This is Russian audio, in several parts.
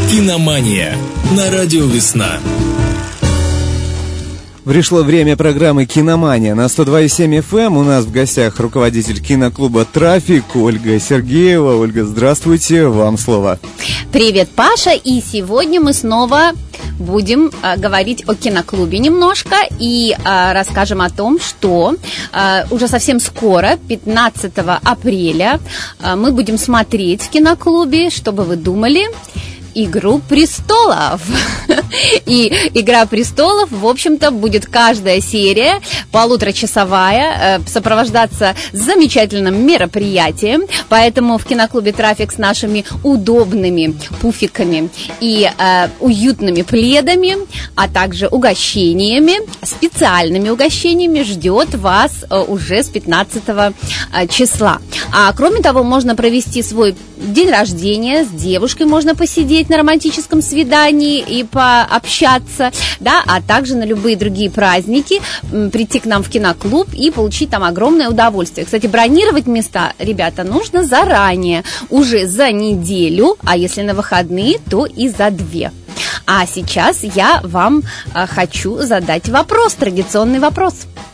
Киномания на радио «Весна». Пришло время программы «Киномания» на 102,7 FM. У нас в гостях руководитель киноклуба «Трафик» Ольга Сергеева. Ольга, здравствуйте, вам слово. Привет, Паша, и сегодня мы снова будем говорить о киноклубе немножко и расскажем о том, что уже совсем скоро, 15 апреля, мы будем смотреть в киноклубе, что бы вы думали, «Игру престолов». И «Игра престолов», в общем-то, будет каждая серия полуторачасовая, сопровождаться замечательным мероприятием. Поэтому в киноклубе «Трафик» с нашими удобными пуфиками и уютными пледами, а также угощениями, специальными угощениями ждет вас уже с 15 числа. А кроме того, можно провести свой день рождения, с девушкой можно посидеть на романтическом свидании и пообщаться, да, а также на любые другие праздники прийти к нам в киноклуб и получить там огромное удовольствие. Кстати, бронировать места, ребята, нужно заранее, уже за неделю, а если на выходные, то и за 2. А сейчас я вам хочу задать вопрос, традиционный вопрос.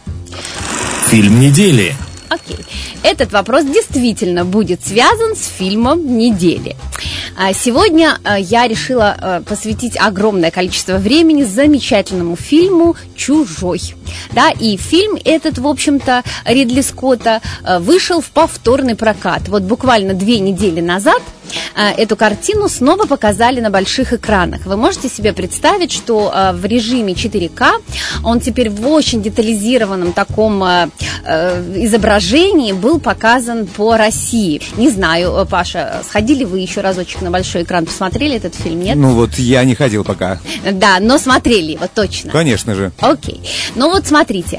Фильм недели. Окей. Этот вопрос действительно будет связан с фильмом недели. Сегодня я решила посвятить огромное количество времени замечательному фильму «Чужой». Да, и фильм этот, в общем-то, Ридли Скотта вышел в повторный прокат. Вот буквально 2 недели назад эту картину снова показали на больших экранах. Вы можете себе представить, что в режиме 4К он теперь в очень детализированном таком изображении был показан по России. Не знаю, Паша, сходили вы еще разочек на большой экран, посмотрели этот фильм, нет? Ну вот я не ходил пока. Да, но смотрели его точно. Конечно же. Окей. Ну вот смотрите,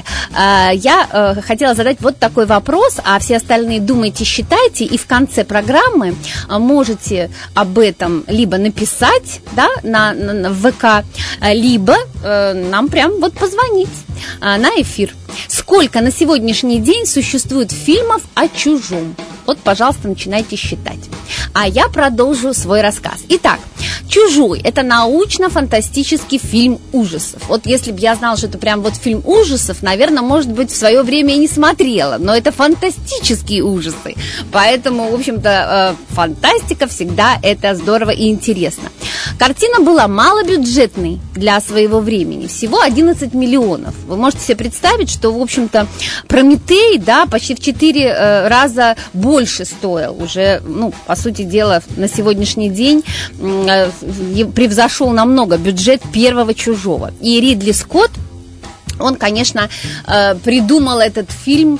я хотела задать вот такой вопрос, а все остальные думайте, считайте, и в конце программы можете об этом либо написать, да, на ВК, либо нам прям вот позвонить на эфир. Сколько на сегодняшний день существует фильмов о чужом? Вот, пожалуйста, начинайте считать. А я продолжу свой рассказ. Итак, «Чужой» – это научно-фантастический фильм ужасов. Вот если бы я знала, что это прям вот фильм ужасов, наверное, может быть, в свое время и не смотрела. Но это фантастические ужасы. Поэтому, в общем-то, фантастика всегда это здорово и интересно. Картина была малобюджетной для своего времени. Всего 11 миллионов. Вы можете себе представить, что, в общем-то, «Прометей», да, почти в 4 раза больше стоил. Уже, ну, по сути дела, на сегодняшний день превзошел намного бюджет первого «Чужого». И Ридли Скотт, он, конечно, придумал этот фильм,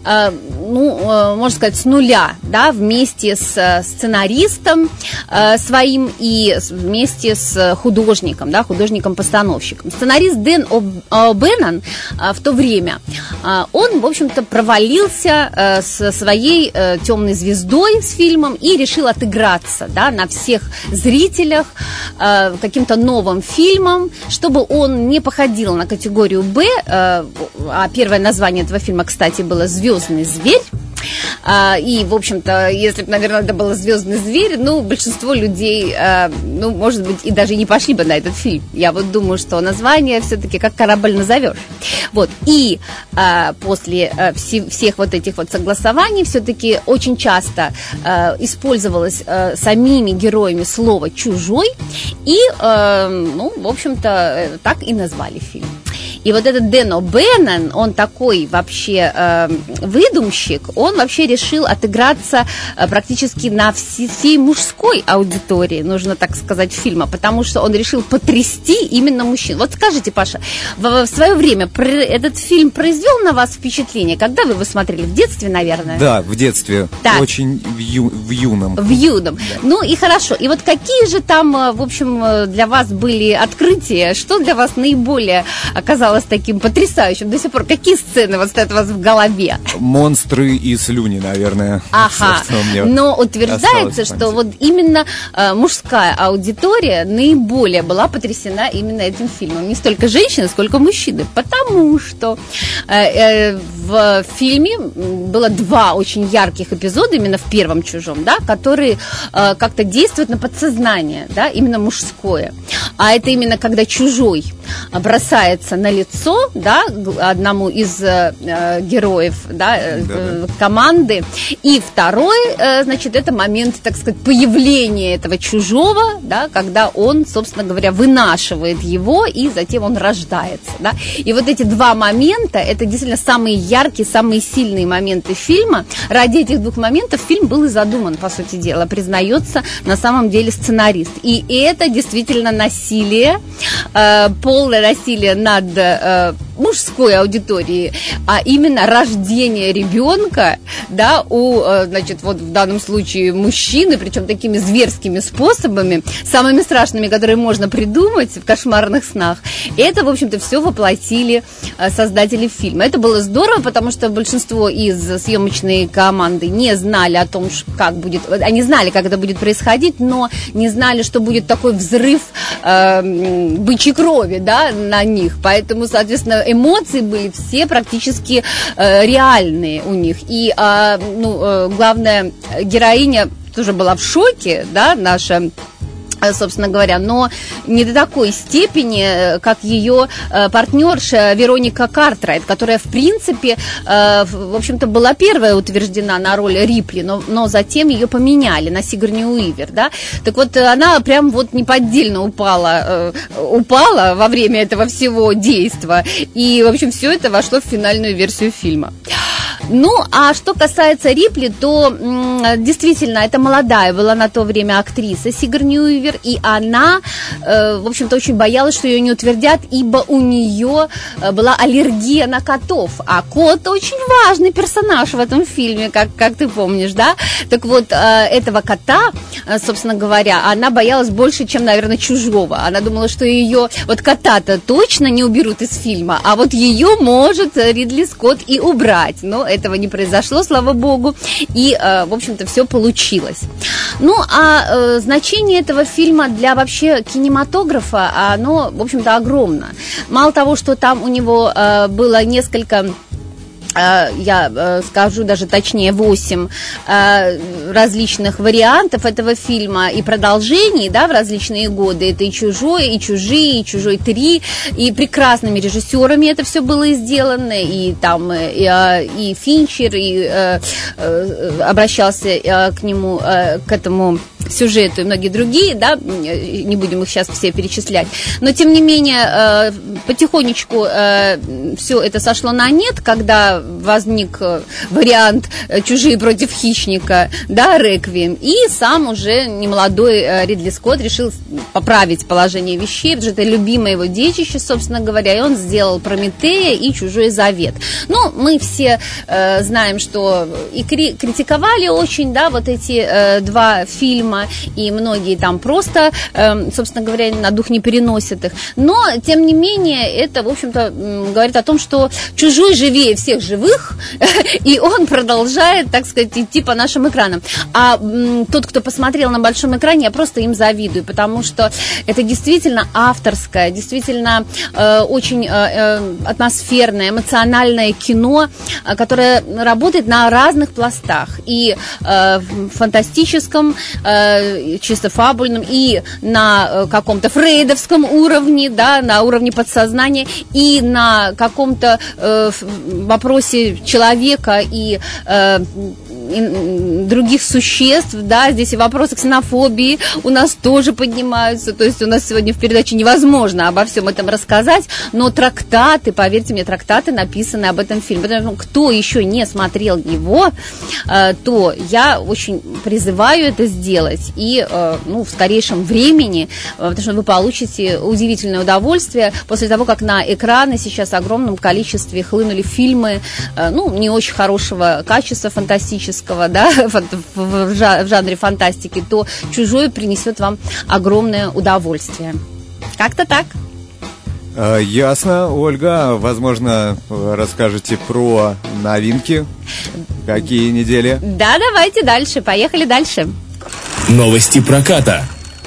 можно сказать, с нуля, да, вместе с сценаристом своим и вместе с художником, да, художником-постановщиком. Сценарист Дэн О'Беннон в то время, он, в общем-то, провалился со своей «Темной звездой» с фильмом и решил отыграться, да, на всех зрителях каким-то новым фильмом, чтобы он не походил на категорию «Б», а первое название этого фильма, кстати, было «Звездный зверь». И, в общем-то, если бы, наверное, это был «Звездный зверь», ну, большинство людей, ну, может быть, и даже не пошли бы на этот фильм. Я вот думаю, что название все-таки «Как корабль назовешь». Вот. И после всех вот этих вот согласований все-таки очень часто использовалось самими героями слово «чужой», и, ну, в общем-то, так и назвали фильм. И вот этот Дэн О'Беннон, он такой вообще выдумщик, он вообще решил отыграться практически на всей мужской аудитории, нужно так сказать, фильма, потому что он решил потрясти именно мужчин. Вот скажите, Паша, в свое время этот фильм произвел на вас впечатление? Когда вы его смотрели? В детстве, наверное? Да, в детстве. Так. Очень в юном. В юном. Да. Ну и хорошо. И вот какие же там, в общем, для вас были открытия? Что для вас наиболее оказалось показалось таким потрясающим до сих пор? Какие сцены вот стоят у вас в голове? Монстры и слюни, наверное. Ага, но утверждается, что вот именно мужская аудитория наиболее была потрясена именно этим фильмом. Не столько женщины, сколько мужчины. Потому что в фильме было 2 очень ярких эпизода, именно в первом «Чужом», да, которые как-то действуют на подсознание, да, именно мужское. А это именно когда чужой бросается на лицо, да, одному из героев, да, команды. И второй, значит, это момент, так сказать, появления этого чужого, да, когда он, собственно говоря, вынашивает его, и затем он рождается, да. И вот эти 2 момента, это действительно самые яркие, самые сильные моменты фильма. Ради этих 2 моментов фильм был и задуман, по сути дела, признается на самом деле сценарист. И это действительно насилие, полное насилие над мужской аудиторией, а именно рождение ребенка, да, у, значит, вот в данном случае мужчины, причем такими зверскими способами, самыми страшными, которые можно придумать в кошмарных снах. Это, в общем-то, все воплотили создатели фильма. Это было здорово, потому что большинство из съемочной команды не знали о том, как будет, они знали, как это будет происходить, но не знали, что будет такой взрыв бычьей крови, да, на них. Поэтому, соответственно, эмоции были все практически реальные у них. И, главная героиня тоже была в шоке, да, наша, собственно говоря, но не до такой степени, как ее партнерша Вероника Картрайт, которая, в принципе, в общем-то, была первая утверждена на роль Рипли, но затем ее поменяли на Сигурни Уивер, да. Так вот, она прям вот неподдельно упала во время этого всего действа, и, в общем, все это вошло в финальную версию фильма. Ну, а что касается Рипли, то действительно, это молодая была на то время актриса Сигурни Уивер, и она, в общем-то, очень боялась, что ее не утвердят, ибо у нее была аллергия на котов, а кот очень важный персонаж в этом фильме, как ты помнишь, да? Так вот, этого кота, собственно говоря, она боялась больше, чем, наверное, чужого. Она думала, что ее, вот кота-то точно не уберут из фильма, а вот ее может Ридли Скотт и убрать, но этого не произошло, слава богу, и, в общем-то, все получилось. Ну, а значение этого фильма для вообще кинематографа, оно, в общем-то, огромно. Мало того, что там у него было несколько... я скажу даже точнее 8 различных вариантов этого фильма и продолжений, да, в различные годы. Это и «Чужой», и «Чужие», и «Чужой 3», и прекрасными режиссерами это все было сделано, и там и Финчер, и обращался к нему, к этому сюжету, и многие другие, да, не будем их сейчас все перечислять, но тем не менее потихонечку все это сошло на нет, когда возник вариант «Чужие против хищника», да, «Реквием», и сам уже немолодой Ридли Скотт решил поправить положение вещей, потому что это любимое его детище, собственно говоря, и он сделал «Прометея» и «Чужой завет». Ну, мы все знаем, что и критиковали очень, да, вот эти 2 фильма, и многие там просто, собственно говоря, на дух не переносят их, но, тем не менее, это, в общем-то, говорит о том, что «Чужой» живее всех живых, и он продолжает, так сказать, идти по нашим экранам. А тот, кто посмотрел на большом экране, я просто им завидую, потому что это действительно авторское, действительно очень атмосферное, эмоциональное кино, которое работает на разных пластах, и в фантастическом, чисто фабульном, и на каком-то фрейдовском уровне, да, на уровне подсознания, и на каком-то вопросе человека и других существ, да, здесь и вопросы ксенофобии у нас тоже поднимаются, то есть у нас сегодня в передаче невозможно обо всем этом рассказать, но трактаты, поверьте мне, трактаты написаны об этом фильме, потому что кто еще не смотрел его, то я очень призываю это сделать, и, в скорейшем времени, потому что вы получите удивительное удовольствие после того, как на экраны сейчас в огромном количестве хлынули фильмы, не очень хорошего качества, фантастического, да, в жанре фантастики, то «Чужой» принесет вам огромное удовольствие. Как-то так. Ясно, Ольга. Возможно, расскажете про новинки. Какие недели? Да, давайте дальше. Поехали дальше. Новости проката.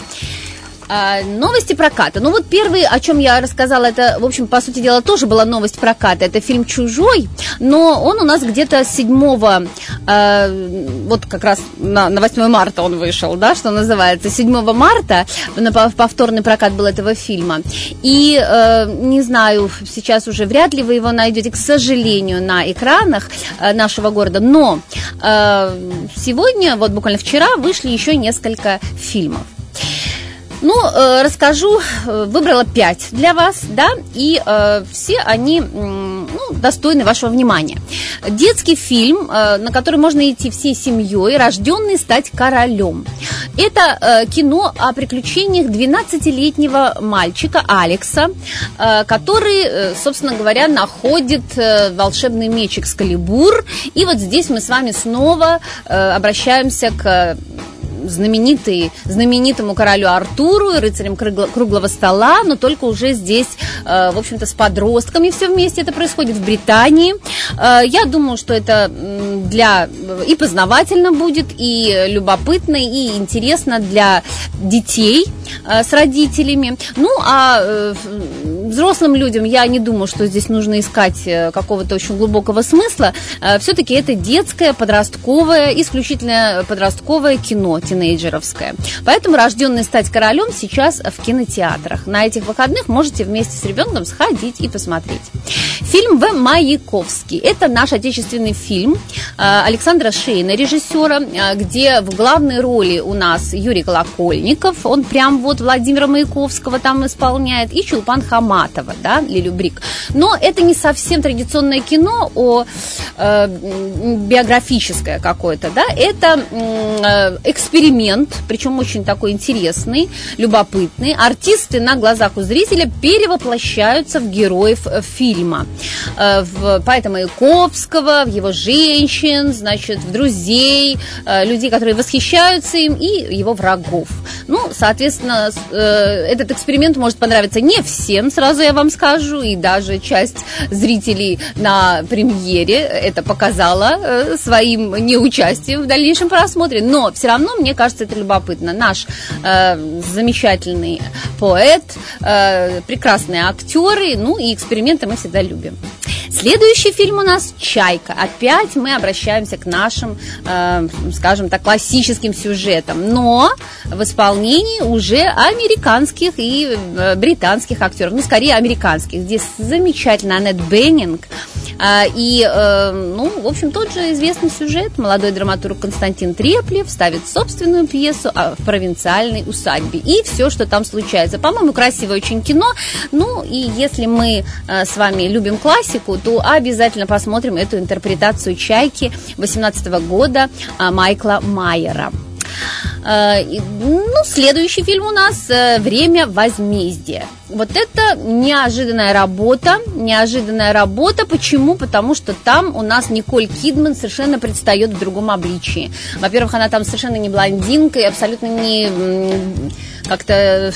Новости проката. Ну вот первый, о чем я рассказала, это, в общем, по сути дела, тоже была новость проката. Это фильм «Чужой», но он у нас где-то с 7, вот как раз на 8 марта он вышел, да, что называется, 7 марта на повторный прокат был этого фильма. И, не знаю, сейчас уже вряд ли вы его найдете, к сожалению, на экранах нашего города, но сегодня, вот буквально вчера, вышли еще несколько фильмов. Ну, расскажу, выбрала 5 для вас, да, и все они достойны вашего внимания. Детский фильм, на который можно идти всей семьей, «Рожденный стать королем». Это кино о приключениях 12-летнего мальчика Алекса, который, собственно говоря, находит волшебный меч Экскалибур. И вот здесь мы с вами снова обращаемся к знаменитому королю Артуру и рыцарям круглого стола, но только уже здесь, в общем-то, с подростками все вместе это происходит в Британии. Я думаю, что это и познавательно будет, и любопытно, и интересно для детей с родителями. Ну, а взрослым людям я не думаю, что здесь нужно искать какого-то очень глубокого смысла. Все-таки это детское, подростковое, исключительно подростковое кино, тинейджеровское. Поэтому «Рожденный стать королем» сейчас в кинотеатрах. На этих выходных можете вместе с ребенком сходить и посмотреть. Фильм «В. Маяковский». Это наш отечественный фильм Александра Шейна, режиссера, где в главной роли у нас Юрий Колокольников, он прям вот Владимира Маяковского там исполняет, и Чулпан Хаматова, да, Лилю Брик. Но это не совсем традиционное кино, биографическое какое-то, да, это эксперимент, причем очень такой интересный, любопытный. Артисты на глазах у зрителя перевоплощаются в героев фильма. В поэта Маяковского, в его женщин, значит, в друзей, людей, которые восхищаются им, и его врагов. Ну, соответственно, этот эксперимент может понравиться не всем, сразу я вам скажу, и даже часть зрителей на премьере это показала своим неучастием в дальнейшем просмотре, но все равно, мне кажется, это любопытно. Наш замечательный поэт, прекрасные актеры, ну и эксперименты мы всегда любим. Следующий фильм у нас «Чайка». Опять мы обращаемся к нашим, скажем так, классическим сюжетам, но в исполнении уже американских и британских актеров. Ну, скорее, американских. Здесь замечательная Аннет Беннинг. И, в общем, тот же известный сюжет. Молодой драматург Константин Треплев ставит собственную пьесу в провинциальной усадьбе. И все, что там случается. По-моему, красивое очень кино. Ну, и если мы с вами любим классику, то обязательно посмотрим эту интерпретацию «Чайки» 2018 года Майкла Майера. Следующий фильм у нас «Время возмездия». Вот это неожиданная работа. Почему? Потому что там у нас Николь Кидман совершенно предстает в другом обличии. Во-первых, она там совершенно не блондинка и абсолютно не как-то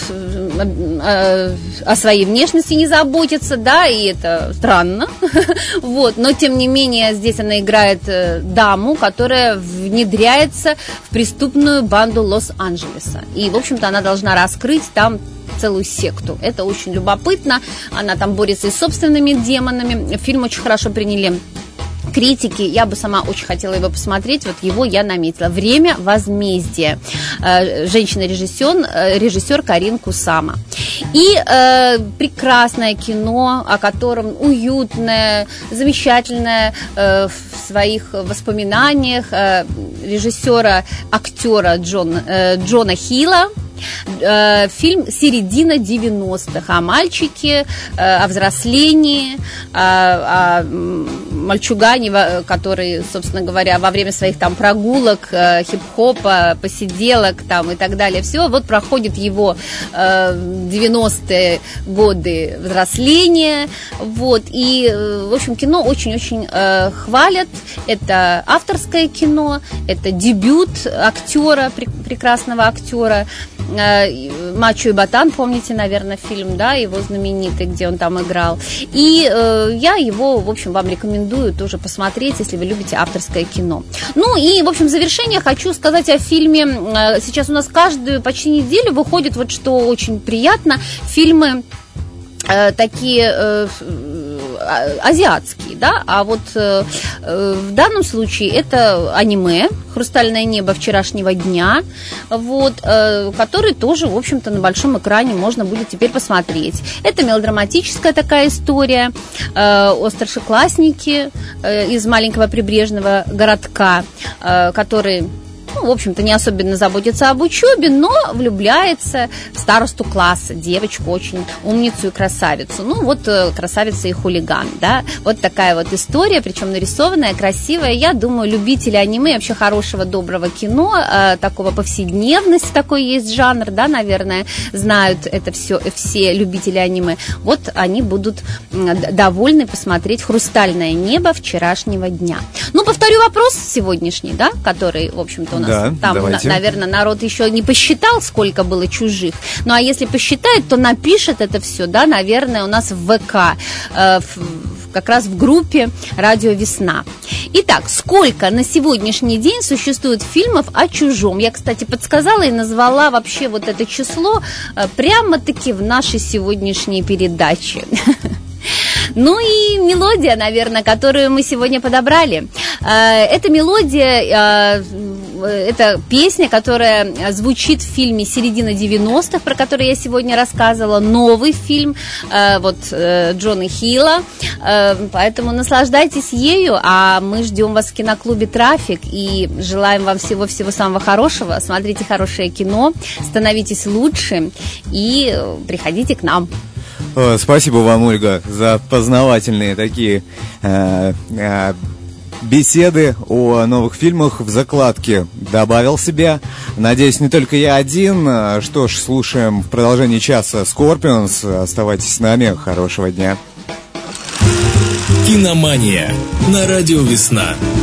о своей внешности не заботится, да, и это странно. Вот. Но, тем не менее, здесь она играет даму, которая внедряется в преступную банду Лос-Анджелеса. И, в общем-то, она должна раскрыть там целую секту. Это очень любопытно. Она там борется и с собственными демонами. Фильм очень хорошо приняли критики. Я бы сама очень хотела его посмотреть. Вот его я наметила. «Время возмездия». Женщина-режиссер Карин Кусама. И прекрасное кино, о котором уютное, замечательное в своих воспоминаниях режиссера-актера Джона Хилла. Фильм «Середина 90-х» о мальчике, о взрослении, о мальчугане, который, собственно говоря, во время своих там прогулок, хип-хопа, посиделок там и так далее, все, вот проходит его 90-е годы взросления, вот, и, в общем, кино очень-очень хвалят, это авторское кино, это дебют актера, прекрасного актера, «Мачо и Ботан», помните, наверное, фильм, да, его знаменитый, где он там играл. И я его, в общем, вам рекомендую тоже посмотреть, если вы любите авторское кино. Ну и, в общем, в завершение хочу сказать о фильме. Сейчас у нас каждую почти неделю выходит, вот что очень приятно, фильмы такие азиатские, да, а вот в данном случае это аниме «Хрустальное небо вчерашнего дня», вот, который тоже, в общем-то, на большом экране можно будет теперь посмотреть. Это мелодраматическая такая история о старшекласснике из маленького прибрежного городка, который... Ну, в общем-то, не особенно заботится об учебе, но влюбляется в старосту класса, девочку очень умницу и красавицу. Ну, вот красавица и хулиган, да. Вот такая вот история, причем нарисованная, красивая. Я думаю, любители аниме, вообще хорошего, доброго кино, такого повседневности, такой есть жанр, да, наверное, знают это все любители аниме. Вот они будут довольны посмотреть «Хрустальное небо вчерашнего дня». Ну, повторю вопрос сегодняшний, да, который, в общем-то, у нас там, наверное, народ еще не посчитал, сколько было чужих. Ну, а если посчитает, то напишет это все, да, наверное, у нас в ВК, как раз в группе «Радио Весна». Итак, сколько на сегодняшний день существует фильмов о чужом? Я, кстати, подсказала и назвала вообще вот это число прямо-таки в нашей сегодняшней передаче. Ну и мелодия, наверное, которую мы сегодня подобрали. Эта мелодия, это песня, которая звучит в фильме «Середина 90-х», про который я сегодня рассказывала. Новый фильм вот Джона Хилла. Поэтому наслаждайтесь ею, а мы ждем вас в киноклубе «Трафик» и желаем вам всего-всего самого хорошего. Смотрите хорошее кино, становитесь лучше и приходите к нам. Спасибо вам, Ольга, за познавательные такие беседы о новых фильмах. В закладке добавил себя. Надеюсь, не только я один. Что ж, слушаем в продолжении часа Scorpions. Оставайтесь с нами. Хорошего дня. Киномания на радио «Весна».